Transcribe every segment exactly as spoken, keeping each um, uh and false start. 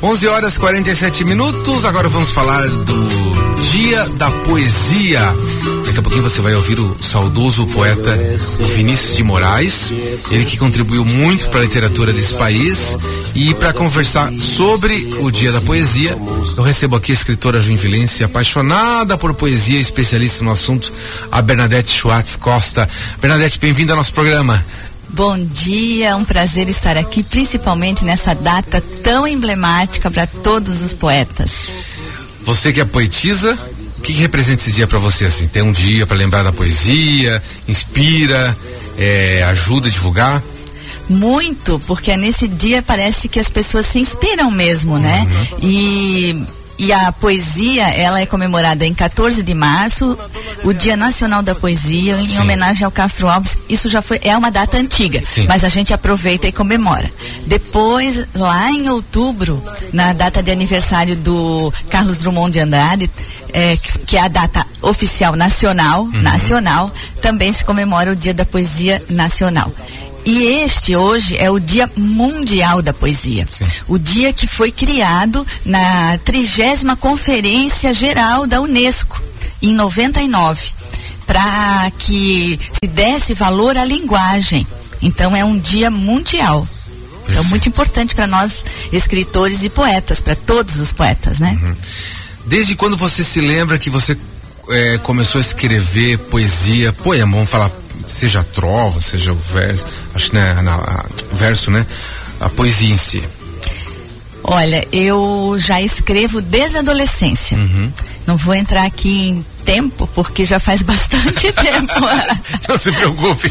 onze horas e quarenta e sete minutos, agora vamos falar do Dia da Poesia. Daqui a pouquinho você vai ouvir o saudoso poeta Vinícius de Moraes, ele que contribuiu muito para a literatura desse país. E para conversar sobre o Dia da Poesia, eu recebo aqui a escritora joinvilense apaixonada por poesia, especialista no assunto, a Bernadette Schwartz Costa. Bernadette, bem-vinda ao nosso programa. Bom dia, é um prazer estar aqui, principalmente nessa data tão emblemática para todos os poetas. Você que é poetisa, o que, que representa esse dia para você? Assim, ter um dia para lembrar da poesia, inspira, é, ajuda a divulgar? Muito, porque nesse dia parece que as pessoas se inspiram mesmo, né? Uhum. E... E a poesia, ela é comemorada em quatorze de março, o Dia Nacional da Poesia, em Sim. homenagem ao Castro Alves. Isso já foi, é uma data antiga, Sim. mas a gente aproveita e comemora. Depois, lá em outubro, na data de aniversário do Carlos Drummond de Andrade, é, que é a data oficial nacional, uhum. nacional, também se comemora o Dia da Poesia Nacional. E este hoje é o Dia Mundial da Poesia. Sim. O dia que foi criado na trigésima Conferência Geral da Unesco, em noventa e nove, para que se desse valor à linguagem. Então é um dia mundial. Perfeito. Então muito importante para nós, escritores e poetas, para todos os poetas, né? Uhum. Desde quando você se lembra que você é, começou a escrever poesia, poema, vamos falar, seja trova, seja o verso, acho que né, na, a, verso, né? A poesia em si. Olha, eu já escrevo desde a adolescência. Uhum. Não vou entrar aqui em tempo, porque já faz bastante tempo. Não se preocupe.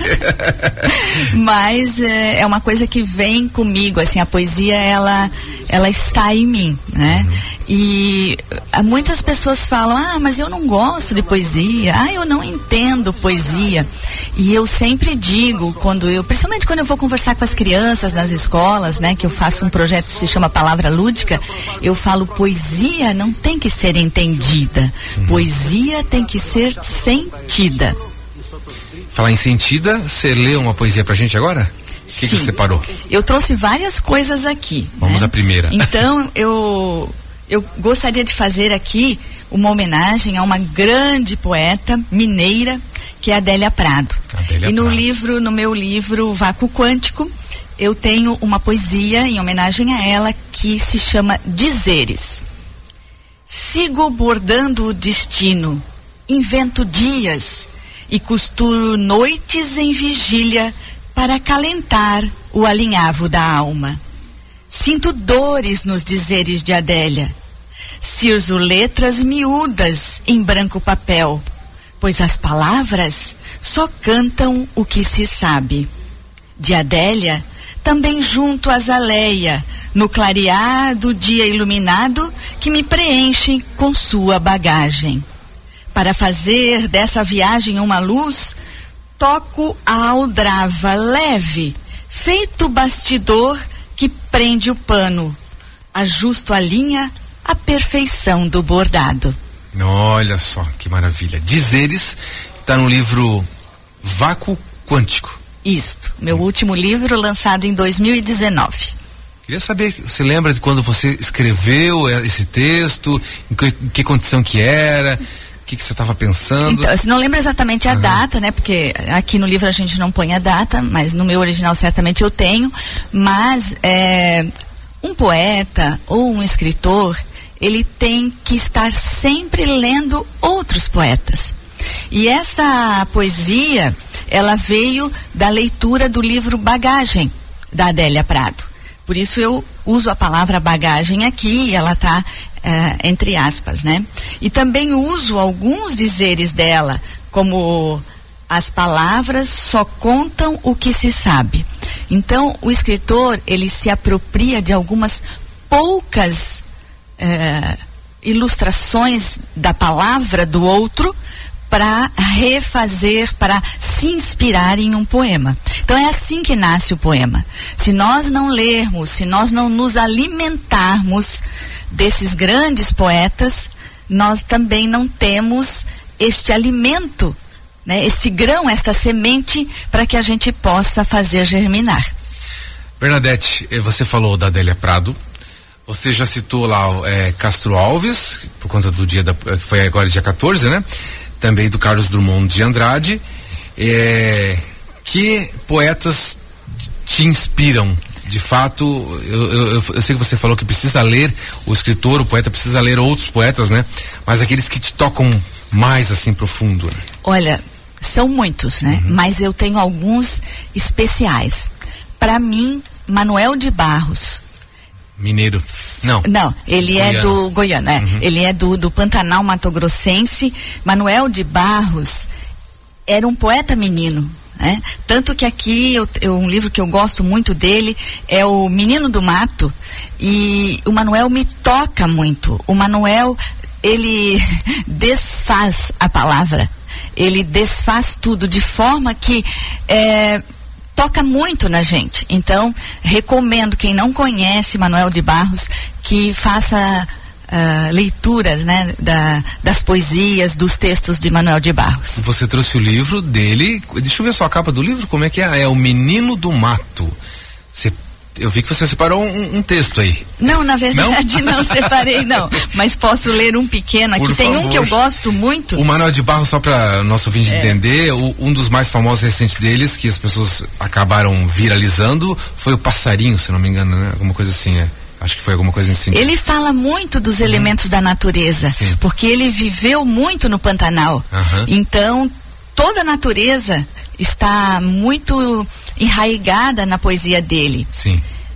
Mas é, é uma coisa que vem comigo, assim, a poesia, ela, ela está em mim, né? Uhum. E muitas pessoas falam, ah, mas eu não gosto de poesia, ah, eu não entendo poesia. E eu sempre digo, quando eu, principalmente quando eu vou conversar com as crianças nas escolas, né, que eu faço um projeto que se chama Palavra Lúdica, eu falo, poesia não tem que ser entendida, uhum. poesia tem que ser sentida. Falar em sentida, você lê uma poesia pra gente agora? O que, que você separou? Eu trouxe várias coisas aqui. Vamos né? à primeira. Então, eu, eu gostaria de fazer aqui uma homenagem a uma grande poeta mineira, que é a Adélia Prado. Adélia e no Prado. livro, no meu livro Vácuo Quântico, eu tenho uma poesia em homenagem a ela que se chama Dizeres. Sigo bordando o destino, invento dias e costuro noites em vigília para acalentar o alinhavo da alma. Sinto dores nos dizeres de Adélia, cirzo letras miúdas em branco papel, pois as palavras só cantam o que se sabe. De Adélia, também junto a Azaleia, no clarear do dia iluminado que me preenche com sua bagagem. Para fazer dessa viagem uma luz, toco a aldrava leve, feito bastidor que prende o pano. Ajusto a linha, a perfeição do bordado. Olha só, que maravilha. Dizeres, está no livro Vácuo Quântico. Isto, meu hum. último livro, lançado em dois mil e dezenove. Queria saber, você lembra de quando você escreveu esse texto, em que, em que condição que era, o que, que você estava pensando? Então, você não lembra exatamente a uhum. data, né? Porque aqui no livro a gente não põe a data, mas no meu original certamente eu tenho. Mas é, um poeta ou um escritor, ele tem que estar sempre lendo outros poetas. E essa poesia, ela veio da leitura do livro Bagagem, da Adélia Prado. Por isso eu uso a palavra bagagem aqui, e ela está é, entre aspas, né? E também uso alguns dizeres dela, como as palavras só contam o que se sabe. Então, o escritor, ele se apropria de algumas poucas é, ilustrações da palavra do outro, para refazer, para se inspirar em um poema. Então é assim que nasce o poema. Se nós não lermos, se nós não nos alimentarmos desses grandes poetas, nós também não temos este alimento, né, este grão, esta semente, para que a gente possa fazer germinar. Bernadette, você falou da Adélia Prado, Você já citou lá é, Castro Alves, por conta do dia da, que foi agora dia quatorze, né? Também do Carlos Drummond de Andrade. É, que poetas te inspiram? De fato, eu, eu, eu sei que você falou que precisa ler, o escritor, o poeta precisa ler outros poetas, né? Mas aqueles que te tocam mais assim profundo. Né? Olha, são muitos, né? Uhum. Mas eu tenho alguns especiais. Para mim, Manuel de Barros. Mineiro. Não. Não, ele Goiano. é do Goiano, é. Uhum. Ele é do, do Pantanal Mato-Grossense. Manuel de Barros era um poeta menino, né? Tanto que aqui, eu, eu, um livro que eu gosto muito dele é o Menino do Mato, e o Manuel me toca muito. O Manuel, ele desfaz a palavra, ele desfaz tudo de forma que é, toca muito na gente. Então, recomendo quem não conhece Manuel de Barros que faça uh, leituras, né, da, das poesias, dos textos de Manuel de Barros. Você trouxe o livro dele, deixa eu ver só a capa do livro, como é que é? É o Menino do Mato. Você Eu vi que você separou um, um texto aí. Não, na verdade não, não separei não, mas posso ler um pequeno aqui. Por Tem favor. Um que eu gosto muito. O Manuel de Barros, só para nosso ouvinte é. entender, o, um dos mais famosos recentes deles, que as pessoas acabaram viralizando, foi o Passarinho, se não me engano, né? Alguma coisa assim, é. Acho que foi alguma coisa assim. Ele fala muito dos uhum. elementos da natureza, Sim. porque ele viveu muito no Pantanal. Uhum. Então, toda a natureza está muito enraigada na poesia dele. Sim.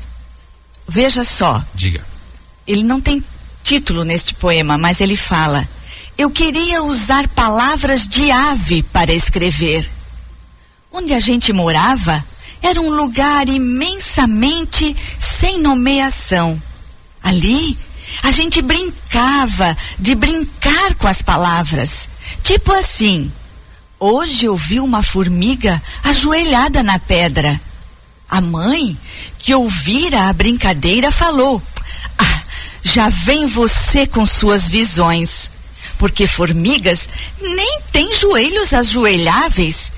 Veja só. Diga. Ele não tem título neste poema, mas ele fala: eu queria usar palavras de ave para escrever. Onde a gente morava era um lugar imensamente sem nomeação. Ali a gente brincava de brincar com as palavras. Tipo assim: hoje eu vi uma formiga ajoelhada na pedra. A mãe, que ouvira a brincadeira, falou: ah, já vem você com suas visões, porque formigas nem têm joelhos ajoelháveis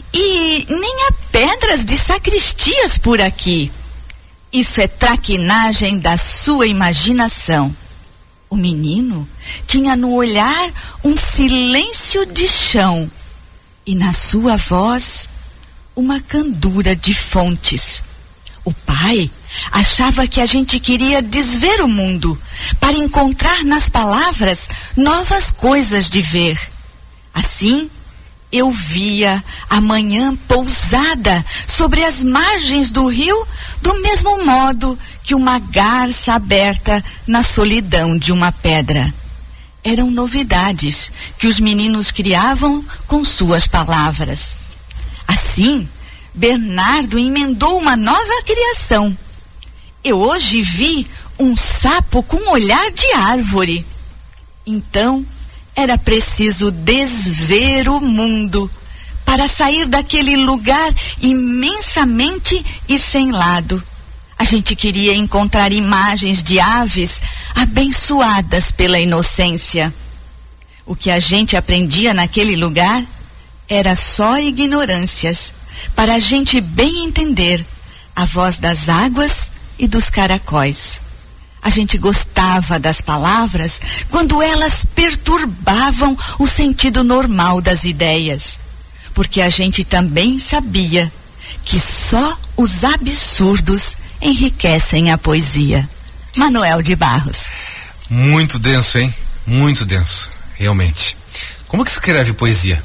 e nem há pedras de sacristias por aqui. Isso é traquinagem da sua imaginação. O menino tinha no olhar um silêncio de chão e na sua voz uma candura de fontes. O pai achava que a gente queria desver o mundo para encontrar nas palavras novas coisas de ver. Assim, eu via a manhã pousada sobre as margens do rio do mesmo modo que uma garça aberta na solidão de uma pedra. Eram novidades que os meninos criavam com suas palavras. Assim, Bernardo emendou uma nova criação. Eu hoje vi um sapo com olhar de árvore. Então, era preciso desver o mundo para sair daquele lugar imensamente e sem lado. A gente queria encontrar imagens de aves abençoadas pela inocência. O que a gente aprendia naquele lugar era só ignorâncias, para a gente bem entender a voz das águas e dos caracóis. A gente gostava das palavras quando elas perturbavam o sentido normal das ideias, porque a gente também sabia que só os absurdos enriquecem a poesia. Manuel de Barros. Muito denso, hein? Muito denso, realmente. Como que se escreve poesia?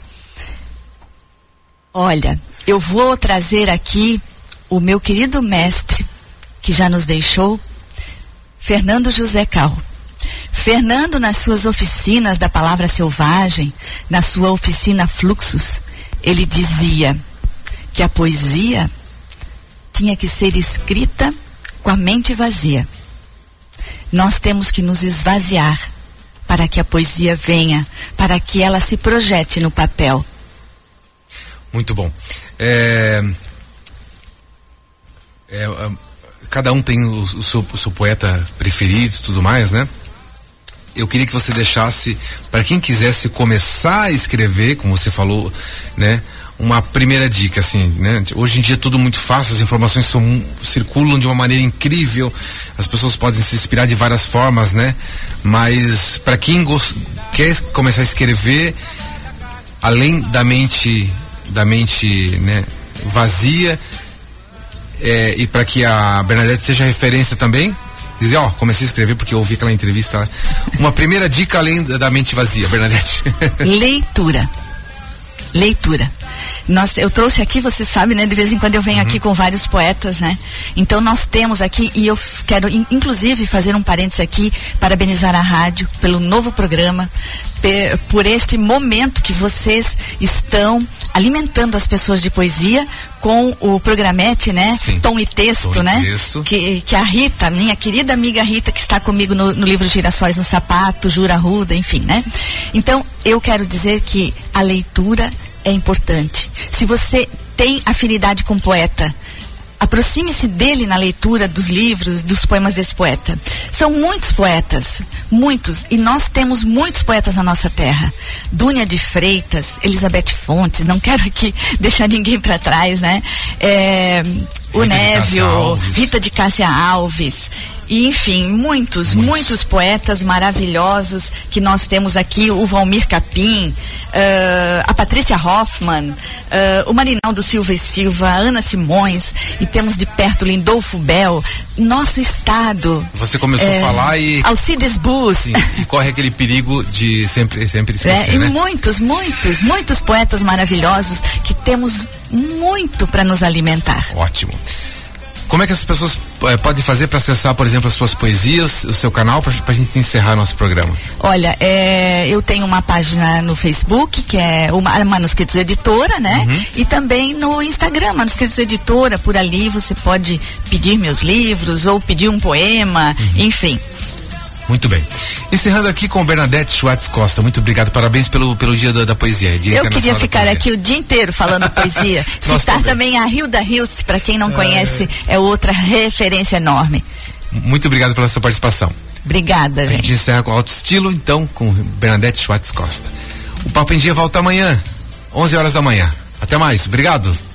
Olha, eu vou trazer aqui o meu querido mestre, que já nos deixou, Fernando José Cal. Fernando, nas suas oficinas da palavra selvagem, na sua oficina Fluxos, ele dizia que a poesia tinha que ser escrita com a mente vazia. Nós temos que nos esvaziar para que a poesia venha, para que ela se projete no papel. Muito bom. É, é, cada um tem o, o, seu, o seu poeta preferido e tudo mais, né? Eu queria que você deixasse, para quem quisesse começar a escrever, como você falou, né? uma primeira dica, assim, né? Hoje em dia é tudo muito fácil, as informações são, circulam de uma maneira incrível, as pessoas podem se inspirar de várias formas, né? Mas para quem gost... quer começar a escrever, além da mente, da mente, né, vazia, é, e para que a Bernadette seja referência também, dizer, ó, comecei a escrever porque eu ouvi aquela entrevista. Uma primeira dica além da mente vazia, Bernadette. Leitura. Leitura. Nós, eu trouxe aqui, você sabe, né? De vez em quando eu venho uhum. aqui com vários poetas, né? Então nós temos aqui, e eu quero in, inclusive fazer um parênteses aqui, parabenizar a rádio pelo novo programa, pe, por este momento que vocês estão alimentando as pessoas de poesia com o programete, né? Sim. Tom e Texto, Tom né? E texto. Que, que a Rita, minha querida amiga Rita, que está comigo no, no livro Girassóis no Sapato, Jura Arruda, enfim, né? Então, eu quero dizer que a leitura é importante. Se você tem afinidade com poeta, aproxime-se dele na leitura dos livros, dos poemas desse poeta. São muitos poetas, muitos, e nós temos muitos poetas na nossa terra. Dúnia de Freitas, Elizabeth Fontes, não quero aqui deixar ninguém para trás, né? É, o Névio, Rita de Cássia Alves. E, enfim, muitos, muitos, muitos poetas maravilhosos que nós temos aqui, o Valmir Capim, uh, a Patrícia Hoffmann, uh, o Marinaldo Silva e Silva, a Ana Simões, e temos de perto o Lindolfo Bell, nosso estado. Você começou é, a falar e... Alcides Bus. Sim, e corre aquele perigo de sempre, sempre esquecer, é, né? E muitos, muitos, muitos poetas maravilhosos que temos muito para nos alimentar. Ótimo. Como é que as pessoas eh, podem fazer para acessar, por exemplo, as suas poesias, o seu canal, para a gente encerrar nosso programa? Olha, é, eu tenho uma página no Facebook, que é o Manuscritos Editora, né? Uhum. E também no Instagram, Manuscritos Editora, por ali você pode pedir meus livros ou pedir um poema, uhum. enfim. Muito bem. Encerrando aqui com Bernadette Schwartz Costa. Muito obrigado, parabéns pelo, pelo dia da, da poesia. Dia Eu queria ficar aqui o dia inteiro falando poesia. Citar também. também a Hilda Hilst, para quem não é... conhece, é outra referência enorme. Muito obrigado pela sua participação. Obrigada, gente. A gente encerra com alto estilo, então, com Bernadette Schwartz Costa. O Papo em Dia volta amanhã, onze horas da manhã. Até mais, obrigado.